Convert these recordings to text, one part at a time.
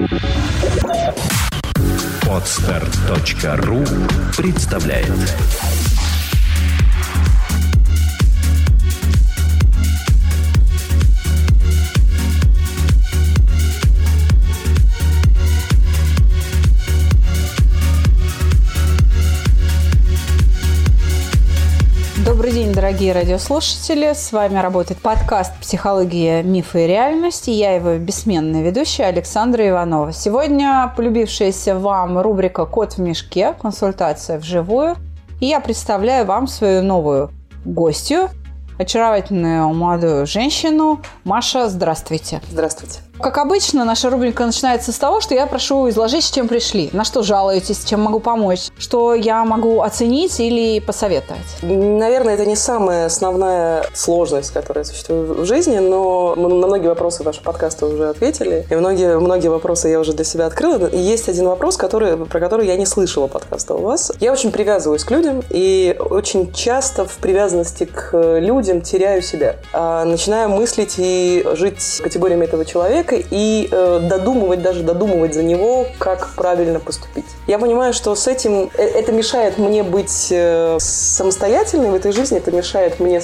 Podster.ru представляет. Добрый день, дорогие радиослушатели. С вами работает подкаст «Психология, мифы и реальность». И я его бессменная ведущая Александра Иванова. Сегодня полюбившаяся вам рубрика «Кот в мешке», консультация вживую. И я представляю вам свою новую гостью, очаровательную молодую женщину. Маша, здравствуйте. Здравствуйте. Как обычно, наша рубрика начинается с того, что я прошу изложить, с чем пришли, на что жалуетесь, чем могу помочь, что я могу оценить или посоветовать. Наверное, это не самая основная сложность, которая существует в жизни, но мы на многие вопросы вашего подкаста уже ответили, и многие вопросы я уже для себя открыла. И есть один вопрос, про который я не слышала подкаста у вас. Я очень привязываюсь к людям, и очень часто в привязанности к людям теряю себя. Начинаю мыслить и жить категориями этого человека, и додумывать за него, как правильно поступить. Я понимаю, что с этим это мешает мне быть самостоятельной в этой жизни, это мешает мне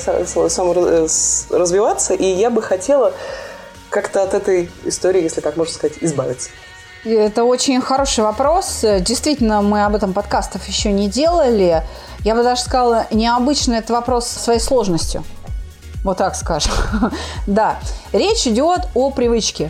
развиваться, и я бы хотела как-то от этой истории, если так можно сказать, избавиться. Это очень хороший вопрос. Действительно, мы об этом подкастов еще не делали. Я бы даже сказала, необычный этот вопрос своей сложностью. Вот так скажем. Да. Речь идет о привычке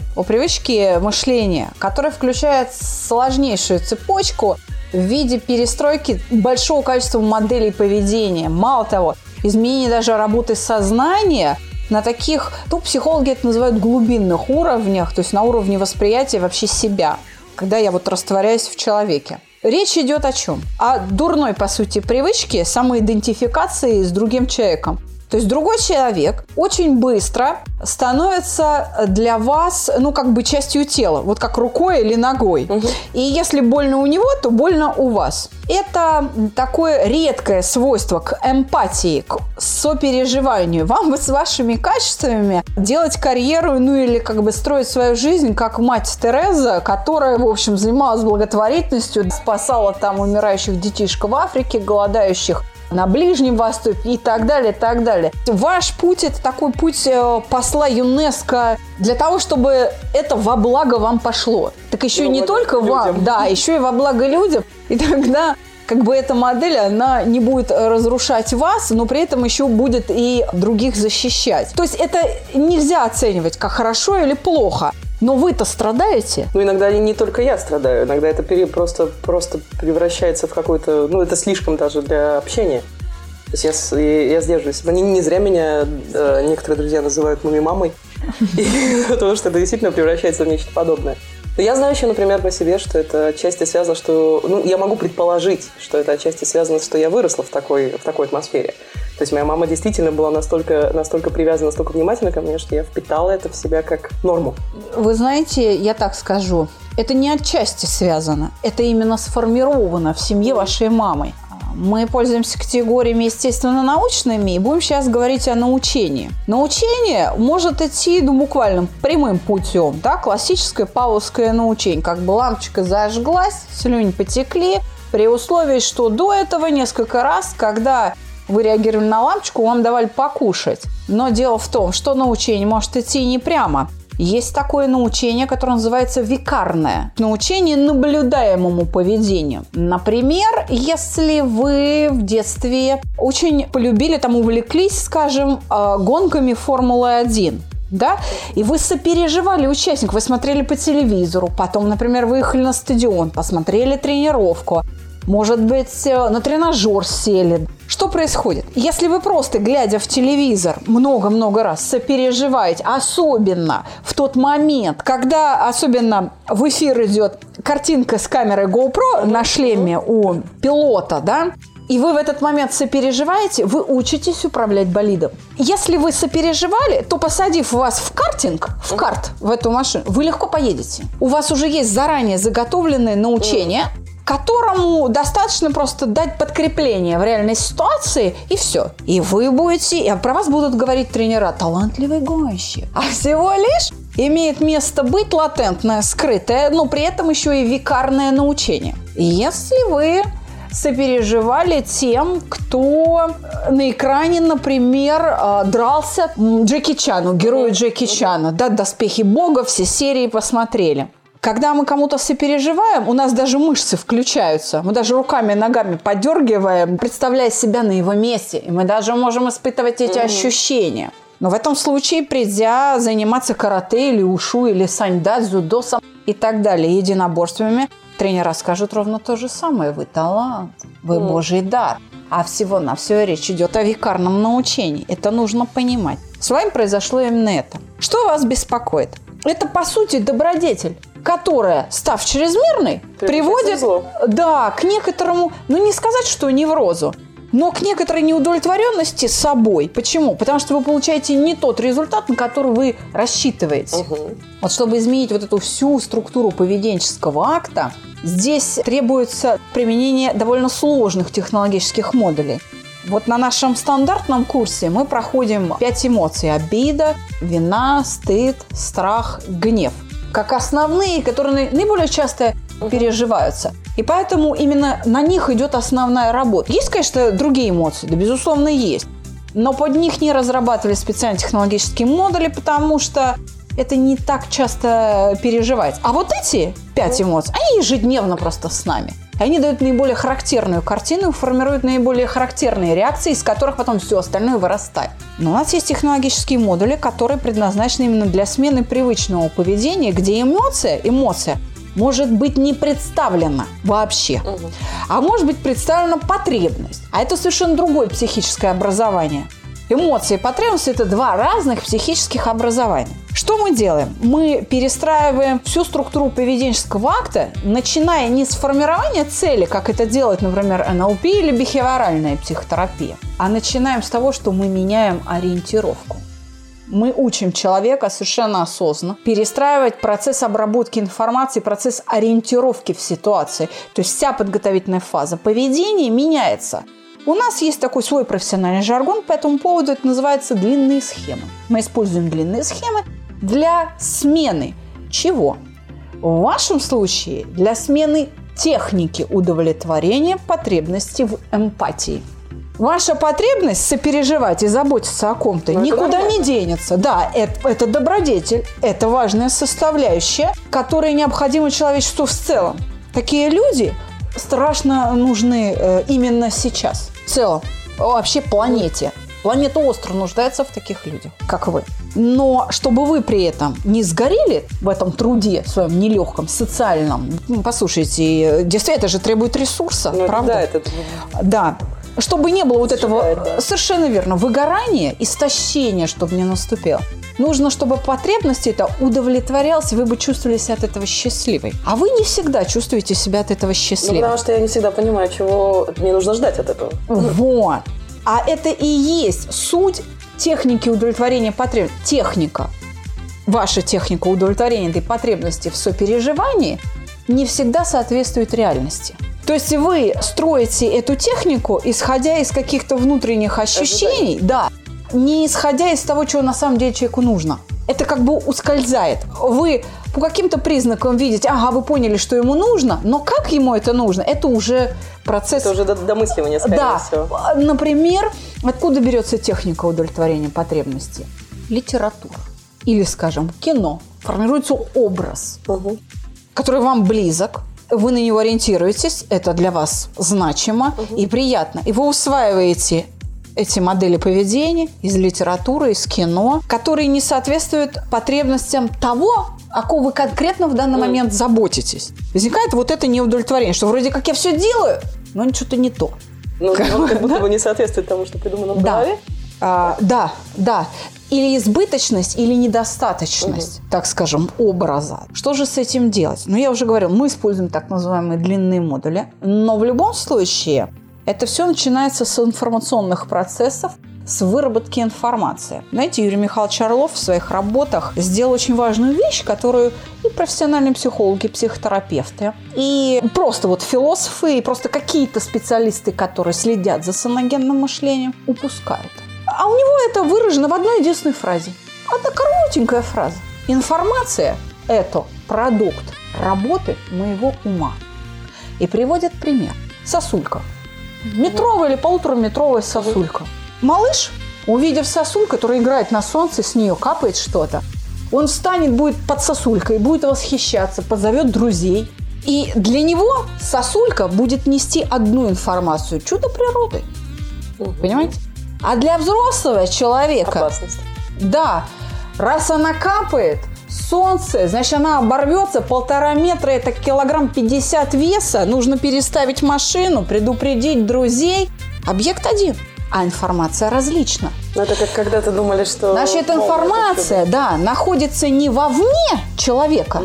мышления, которая включает сложнейшую цепочку в виде перестройки большого количества моделей поведения. Мало того, изменение даже работы сознания на таких, психологи это называют глубинных уровнях, то есть на уровне восприятия вообще себя, когда я растворяюсь в человеке. Речь идет о чем? О дурной, по сути, привычке самоидентификации с другим человеком. То есть другой человек очень быстро становится для вас, частью тела, вот как рукой или ногой. Угу. И если больно у него, то больно у вас. Это такое редкое свойство к эмпатии, к сопереживанию. Вам с вашими качествами делать карьеру, или строить свою жизнь, как мать Тереза, которая, в общем, занималась благотворительностью, спасала умирающих детишек в Африке, голодающих на Ближнем Востоке и так далее, и так далее. Ваш путь – это такой путь посла ЮНЕСКО для того, чтобы это во благо вам пошло. Так еще не только вам, да, еще и во благо людям. И тогда эта модель, она не будет разрушать вас, но при этом еще будет и других защищать. То есть это нельзя оценивать как хорошо или плохо. Но вы-то страдаете? Иногда не только я страдаю. Иногда это просто превращается в какой-то... это слишком даже для общения. То есть я сдерживаюсь. Не зря меня некоторые друзья называют муми-мамой. Потому что это действительно превращается в нечто подобное. Я знаю еще, например, по себе, что это отчасти связано, что... я могу предположить, что это отчасти связано, что я выросла в такой атмосфере. То есть моя мама действительно была настолько привязана, настолько внимательна ко мне, что я впитала это в себя как норму. Вы знаете, я так скажу, это не отчасти связано, это именно сформировано в семье вашей мамой. Мы пользуемся категориями естественно-научными и будем сейчас говорить о научении. Научение может идти буквально прямым путем, да, классическое павловское научение, лампочка зажглась, слюни потекли, при условии, что до этого несколько раз, когда вы реагировали на лампочку, вам давали покушать. Но дело в том, что научение может идти не прямо. Есть такое научение, которое называется викарное. Научение наблюдаемому поведению. Например, если вы в детстве очень полюбили, увлеклись, гонками Формулы-1. Да? И вы сопереживали участников, вы смотрели по телевизору, потом, например, выехали на стадион, посмотрели тренировку. Может быть, на тренажер сели. Что происходит? Если вы просто, глядя в телевизор, много-много раз сопереживаете, особенно в тот момент, когда особенно в эфир идет картинка с камерой GoPro на шлеме у пилота, да, и вы в этот момент сопереживаете, вы учитесь управлять болидом. Если вы сопереживали, то, посадив вас в карт, в эту машину, вы легко поедете. У вас уже есть заранее заготовленное научение, которому достаточно просто дать подкрепление в реальной ситуации, и все. И вы будете, и про вас будут говорить тренера: талантливый гонщик. А всего лишь имеет место быть латентное, скрытое, но при этом еще и викарное научение. Если вы сопереживали тем, кто на экране, например, дрался Джеки Чану, герою Джеки Чана, да, «Доспехи Бога», все серии посмотрели. Когда мы кому-то сопереживаем, у нас даже мышцы включаются. Мы даже руками и ногами подергиваем, представляя себя на его месте. И мы даже можем испытывать эти ощущения. Но в этом случае, придя заниматься карате или ушу, или саньда, дзюдо и так далее, единоборствами, тренера скажут ровно то же самое. Вы талант, вы Божий дар. А всего-навсего речь идет о викарном научении. Это нужно понимать. С вами произошло именно это. Что вас беспокоит? Это, по сути, добродетель, которая, став чрезмерной, приводит к некоторому, не сказать, что неврозу, но к некоторой неудовлетворенности собой. Почему? Потому что вы получаете не тот результат, на который вы рассчитываете. Вот чтобы изменить вот эту всю структуру поведенческого акта, здесь требуется применение довольно сложных технологических модулей. Вот на нашем стандартном курсе мы проходим 5 эмоций: обида, вина, стыд, страх, гнев. Как основные, которые наиболее часто переживаются. И поэтому именно на них идет основная работа. Есть, конечно, другие эмоции, да, безусловно, есть. Но под них не разрабатывали специальные технологические модули, потому что это не так часто переживается. А вот эти 5 эмоций, они ежедневно просто с нами. Они дают наиболее характерную картину, формируют наиболее характерные реакции, из которых потом все остальное вырастает. Но у нас есть технологические модули, которые предназначены именно для смены привычного поведения, где эмоция может быть не представлена вообще, а может быть представлена потребность. А это совершенно другое психическое образование. Эмоции и потребности – это 2 разных психических образования. Что мы делаем? Мы перестраиваем всю структуру поведенческого акта, начиная не с формирования цели, как это делает, например, НЛП или бихевиоральная психотерапия, а начинаем с того, что мы меняем ориентировку. Мы учим человека совершенно осознанно перестраивать процесс обработки информации, процесс ориентировки в ситуации. То есть вся подготовительная фаза поведения меняется. У нас есть такой свой профессиональный жаргон по этому поводу, это называется длинные схемы. Мы используем длинные схемы для смены чего? В вашем случае для смены техники удовлетворения потребности в эмпатии. Ваша потребность сопереживать и заботиться о ком-то никуда не денется. Да, это добродетель, это важная составляющая, которая необходима человечеству в целом. Такие люди страшно нужны именно сейчас. В целом, вообще планете. Планета остро нуждается в таких людях, как вы. Но чтобы вы при этом не сгорели в этом труде своем нелегком, социальном, послушайте, действительно, это же требует ресурса, правда? Да. Чтобы не было вот этого, совершенно верно, выгорания, истощения, чтобы не наступило. Нужно, чтобы потребности это удовлетворялась, вы бы чувствовали себя от этого счастливой. А вы не всегда чувствуете себя от этого счастливой. Потому что я не всегда понимаю, чего мне нужно ждать от этого. Вот. А это и есть суть техники удовлетворения потребностей. Техника, ваша техника удовлетворения этой потребности в сопереживании не всегда соответствует реальности. То есть вы строите эту технику, исходя из каких-то внутренних ощущений, не исходя из того, чего на самом деле человеку нужно. Это как бы ускользает. Вы по каким-то признакам видите, вы поняли, что ему нужно, но как ему это нужно, это уже процесс... Это уже домысливание, скорее всего. Например, откуда берется техника удовлетворения потребностей? Литература. Или, скажем, кино. Формируется образ, который вам близок. Вы на него ориентируетесь, это для вас значимо и приятно. И вы усваиваете эти модели поведения из литературы, из кино, которые не соответствуют потребностям того, о ком вы конкретно в данный момент заботитесь. Возникает вот это неудовлетворение, что вроде как я все делаю, но что-то не то. Он как будто бы не соответствует тому, что придумано в голове. Да. Или избыточность, или недостаточность, так скажем, образа. Что же с этим делать? Я уже говорила, мы используем так называемые длинные модули, но в любом случае это все начинается с информационных процессов, с выработки информации. Знаете, Юрий Михайлович Орлов в своих работах сделал очень важную вещь, которую и профессиональные психологи, психотерапевты, и просто философы, и просто какие-то специалисты, которые следят за саногенным мышлением, упускают. А у него это выражено в одной единственной фразе. Одна коротенькая фраза. Информация – это продукт работы моего ума. И приводит пример. Сосулька. Метровая или полутораметровая сосулька. Малыш, увидев сосульку, которая играет на солнце, с нее капает что-то, он встанет, будет под сосулькой, будет восхищаться, позовет друзей. И для него сосулька будет нести одну информацию – чудо природы. Понимаете? А для взрослого человека… Опасность. Да. Раз она капает, солнце, значит, она оборвется, 1,5 метра – это 50 килограмм веса, нужно переставить машину, предупредить друзей. Объект один, а информация различна. Но это как когда-то думали, что… Значит, информация, да, находится не вовне человека,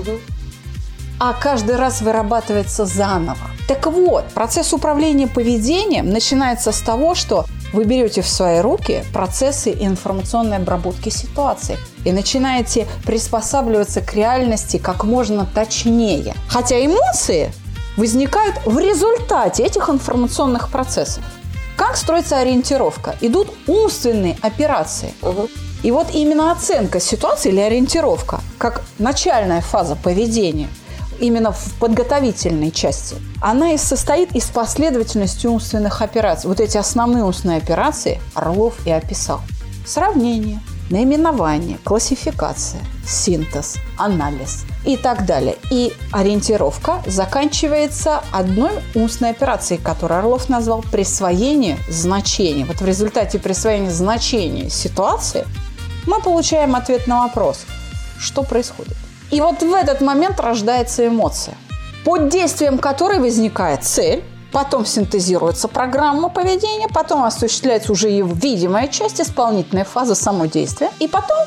а каждый раз вырабатывается заново. Так вот, процесс управления поведением начинается с того, что вы берете в свои руки процессы информационной обработки ситуации и начинаете приспосабливаться к реальности как можно точнее. Хотя эмоции возникают в результате этих информационных процессов. Как строится ориентировка? Идут умственные операции. И вот именно оценка ситуации или ориентировка, как начальная фаза поведения, именно в подготовительной части, она и состоит из последовательности умственных операций. Вот эти основные умственные операции Орлов и описал. Сравнение, наименование, классификация, синтез, анализ и так далее. И ориентировка заканчивается одной умственной операцией, которую Орлов назвал присвоение значения. Вот в результате присвоения значения ситуации мы получаем ответ на вопрос, что происходит. И вот в этот момент рождается эмоция, под действием которой возникает цель, потом синтезируется программа поведения, потом осуществляется уже и видимая часть, исполнительная фаза самодействия, и потом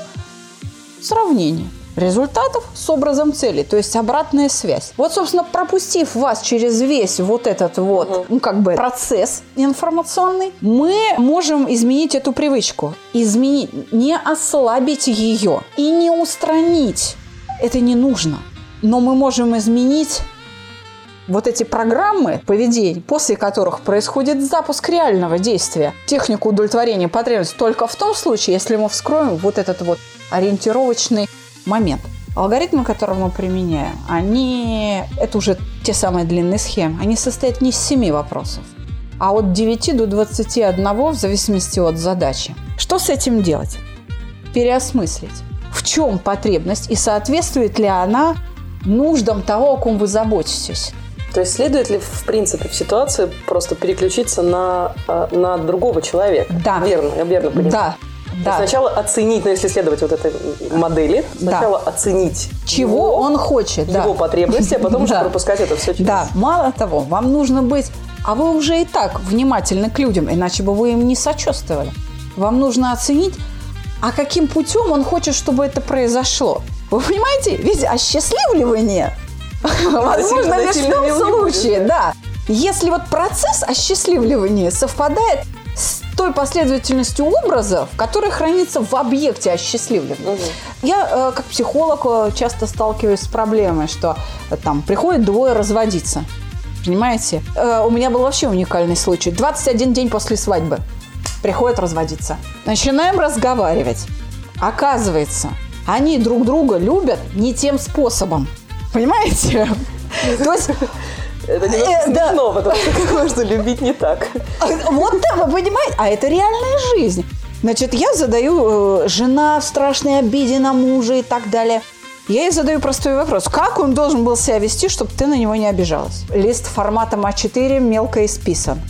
сравнение результатов с образом цели, то есть обратная связь. Вот, собственно, пропустив вас через весь вот этот вот, процесс информационный, мы можем изменить эту привычку. Изменить, не ослабить ее и не устранить. Это не нужно. Но мы можем изменить вот эти программы поведения, после которых происходит запуск реального действия, технику удовлетворения потребностей только в том случае, если мы вскроем вот этот вот ориентировочный момент. Алгоритмы, которые мы применяем, это уже те самые длинные схемы, они состоят не из 7 вопросов, а от 9 до 21 в зависимости от задачи. Что с этим делать? Переосмыслить. В чем потребность и соответствует ли она нуждам того, о ком вы заботитесь. То есть следует ли, в принципе, в ситуации просто переключиться на другого человека? Да. Верно, я верно понимаю? Да. Да. Сначала оценить, если следовать вот этой модели, сначала оценить чего он хочет, его потребности, а потом уже пропускать это все через… Да, мало того, вам нужно быть, а вы уже и так внимательны к людям, иначе бы вы им не сочувствовали. Вам нужно оценить, а каким путем он хочет, чтобы это произошло. Вы понимаете, ведь осчастливливание возможно лишь в том случае, да. Если вот процесс осчастливливания совпадает с той последовательностью образов, которая хранится в объекте осчастливливания. Я, как психолог, часто сталкиваюсь с проблемой, что там приходят двое разводиться. Понимаете? У меня был вообще уникальный случай. 21 день после свадьбы приходят разводиться. Начинаем разговаривать. Оказывается, они друг друга любят не тем способом. Понимаете? То есть… Это немного смешно, потому что как можно любить не так. Вот да, вы понимаете, а это реальная жизнь. Значит, я задаю, жена в страшной обиде на мужа и так далее. Я ей задаю простой вопрос. Как он должен был себя вести, чтобы ты на него не обижалась? Лист форматом А4 мелко исписан.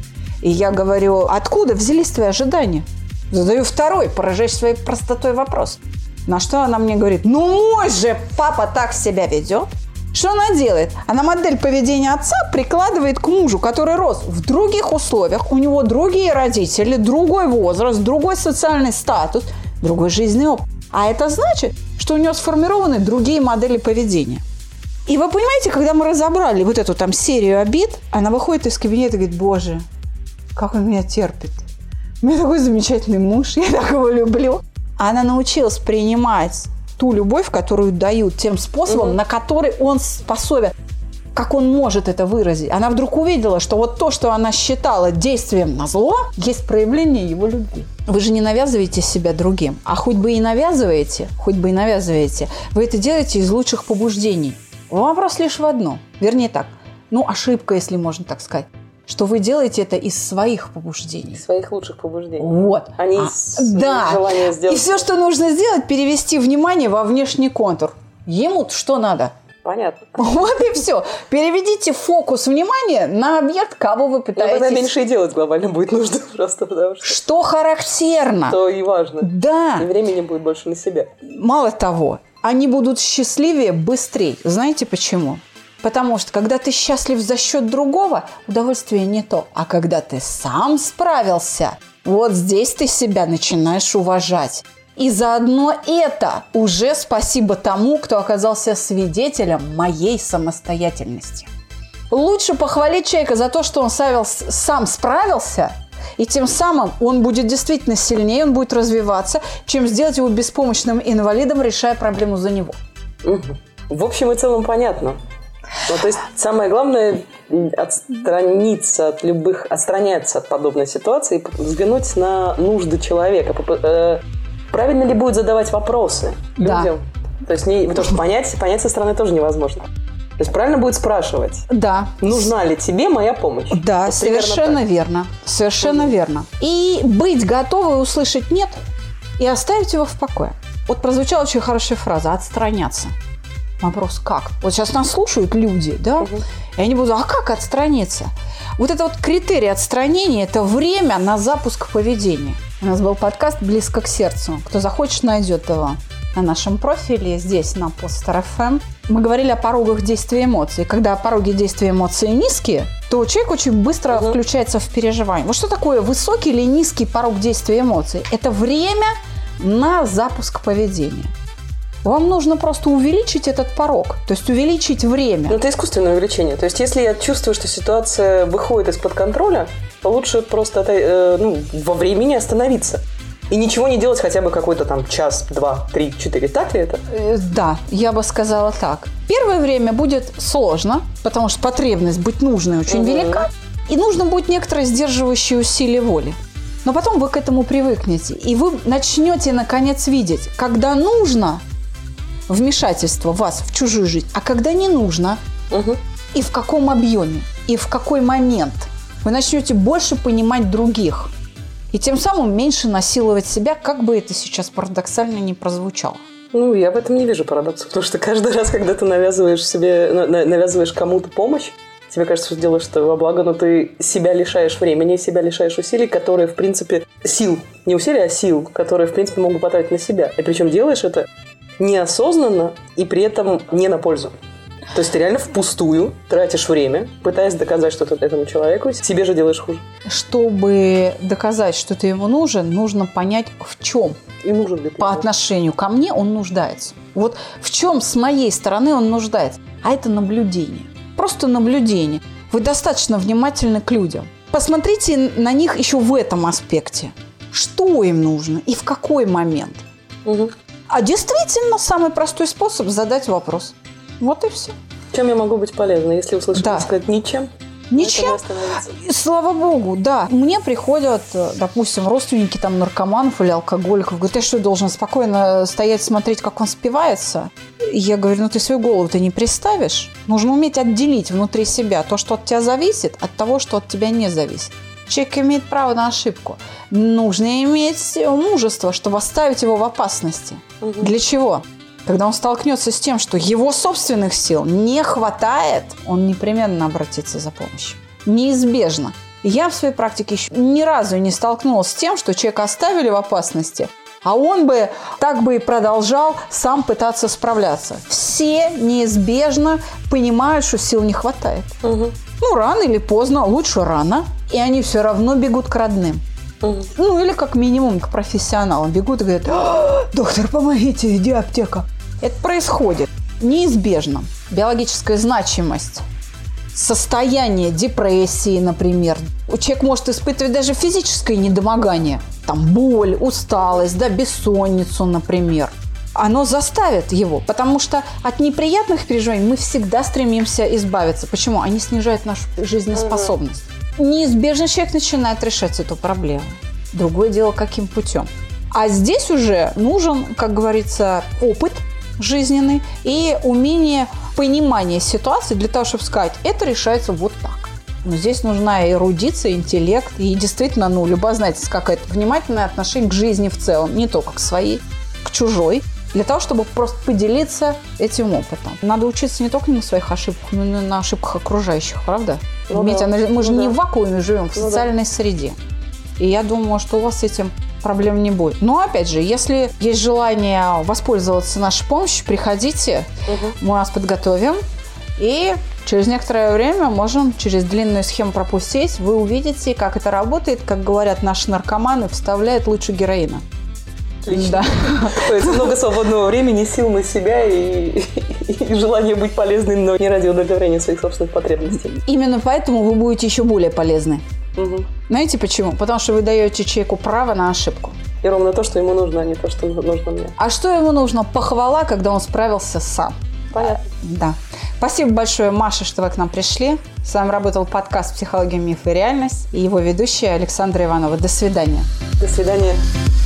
И я говорю, откуда взялись твои ожидания? Задаю второй, поражаясь своей простотой вопрос. На что она мне говорит, ну мой же папа так себя ведет. Что она делает? Она модель поведения отца прикладывает к мужу, который рос в других условиях, у него другие родители, другой возраст, другой социальный статус, другой жизненный опыт. А это значит, что у него сформированы другие модели поведения. И вы понимаете, когда мы разобрали вот эту там серию обид, она выходит из кабинета и говорит, боже, как он меня терпит. У меня такой замечательный муж, я так его люблю. А она научилась принимать ту любовь, которую дают тем способом, на который он способен. как он может это выразить. Она вдруг увидела, что вот то, что она считала действием назло, есть проявление его любви. Вы же не навязываете себя другим. А хоть бы и навязываете, вы это делаете из лучших побуждений. Вопрос лишь в одном. Вернее так, ошибка, если можно так сказать. Что вы делаете это из своих побуждений. Из своих лучших побуждений. Вот. А не из желания сделать. И все, что нужно сделать, перевести внимание во внешний контур. Ему-то что надо? Понятно. Вот и все. Переведите фокус внимания на объект, кого вы пытаетесь. Тогда меньше и делать глобально будет нужно просто, потому что... Что характерно. То и важно. Да. И времени будет больше на себя. Мало того, они будут счастливее быстрее. Знаете почему? Потому что, когда ты счастлив за счет другого, удовольствие не то. А когда ты сам справился, вот здесь ты себя начинаешь уважать. И заодно это уже спасибо тому, кто оказался свидетелем моей самостоятельности. Лучше похвалить человека за то, что он сам справился, и тем самым он будет действительно сильнее, он будет развиваться, чем сделать его беспомощным инвалидом, решая проблему за него. В общем и целом понятно. То есть самое главное отстраняться от подобной ситуации и взглянуть на нужды человека. Правильно ли будет задавать вопросы людям? То есть потому что понять со стороны тоже невозможно. То есть правильно будет спрашивать. Да. Нужна ли тебе моя помощь? Да, вот совершенно верно. Совершенно верно. И быть готовой услышать «нет» и оставить его в покое. Вот прозвучала очень хорошая фраза «отстраняться». Вопрос как? Вот сейчас нас слушают люди, да? И они будут, а как отстраниться? Вот это вот критерий отстранения – это время на запуск поведения. У нас был подкаст «Близко к сердцу». Кто захочет, найдет его на нашем профиле, здесь, на Podster FM. Мы говорили о порогах действия эмоций. Когда пороги действия эмоций низкие, то человек очень быстро включается в переживание. Вот что такое высокий или низкий порог действия эмоций? Это время на запуск поведения. Вам нужно просто увеличить этот порог, то есть увеличить время. Это искусственное увеличение. То есть если я чувствую, что ситуация выходит из-под контроля, то лучше просто во времени остановиться. И ничего не делать хотя бы какой-то там час, 2, 3, 4. Так ли это? Да, я бы сказала так. Первое время будет сложно, потому что потребность быть нужной очень велика. И нужно будет некоторое сдерживающее усилие воли. Но потом вы к этому привыкнете. И вы начнете, наконец, видеть, когда нужно вмешательство вас в чужую жизнь, а когда не нужно, и в каком объеме, и в какой момент. Вы начнете больше понимать других. И тем самым меньше насиловать себя, как бы это сейчас парадоксально не прозвучало. Я в этом не вижу парадокса, потому что каждый раз, когда ты навязываешь кому-то помощь, тебе кажется, что делаешь это во благо, но ты себя лишаешь времени, себя лишаешь усилий, которые, в принципе, сил, не усилий, а сил, которые, в принципе, могут потратить на себя. И причем делаешь это неосознанно и при этом не на пользу. То есть ты реально впустую тратишь время, пытаясь доказать что-то этому человеку, себе же делаешь хуже. Чтобы доказать, что ты ему нужен, нужно понять, в чем и нужен ли ты по отношению ко мне он нуждается. Вот в чем с моей стороны он нуждается. А это наблюдение. Просто наблюдение. Вы достаточно внимательны к людям. Посмотрите на них еще в этом аспекте. Что им нужно и в какой момент. А действительно, самый простой способ задать вопрос. Вот и все. Чем я могу быть полезна, если услышать сказать ничем? Ничем. Слава богу, да. Мне приходят, допустим, родственники наркоманов или алкоголиков. Говорят, я что, должен спокойно стоять, смотреть, как он спивается? И я говорю, ты свою голову-то не представишь. Нужно уметь отделить внутри себя то, что от тебя зависит, от того, что от тебя не зависит. Человек имеет право на ошибку. Нужно иметь мужество, чтобы оставить его в опасности. Для чего? Когда он столкнется с тем, что его собственных сил не хватает, он непременно обратится за помощью. Неизбежно. Я в своей практике еще ни разу не столкнулась с тем, что человека оставили в опасности, а он бы так бы и продолжал сам пытаться справляться. Все неизбежно понимают, что сил не хватает. Рано или поздно, лучше рано, и они все равно бегут к родным. Или как минимум к профессионалам. Бегут и говорят, доктор, помогите, иди аптека. Это происходит неизбежно. Биологическая значимость, состояние депрессии, например. Человек может испытывать даже физическое недомогание. Боль, усталость, бессонницу, например. оно заставит его. Потому что от неприятных переживаний мы всегда стремимся избавиться. Почему? Они снижают нашу жизнеспособность. Неизбежно человек начинает решать эту проблему. Другое дело, каким путем. А здесь уже нужен, как говорится, опыт жизненный и умение понимания ситуации для того, чтобы сказать, это решается вот так. Но здесь нужна эрудиция, интеллект и действительно, любознательность какая-то, внимательное отношение к жизни в целом, не только к своей, к чужой, для того, чтобы просто поделиться этим опытом. Надо учиться не только на своих ошибках, но и на ошибках окружающих, правда? Мы же не в вакууме живем, в социальной среде. И я думаю, что у вас с этим проблем не будет. Но, опять же, если есть желание воспользоваться нашей помощью, приходите, мы вас подготовим. И через некоторое время можем через длинную схему пропустить. Вы увидите, как это работает. Как говорят наши наркоманы, вставляет лучше героина. Отлично. Да. То есть много свободного времени, сил на себя и желание быть полезным, но не ради удовлетворения своих собственных потребностей. Именно поэтому вы будете еще более полезны. Знаете почему? Потому что вы даете человеку право на ошибку. И ровно то, что ему нужно, а не то, что нужно мне. А что ему нужно? Похвала, когда он справился сам. Понятно. Да. Спасибо большое, Маша, что вы к нам пришли. С вами работал подкаст «Психология, миф и реальность» и его ведущая Александра Иванова. До свидания. До свидания.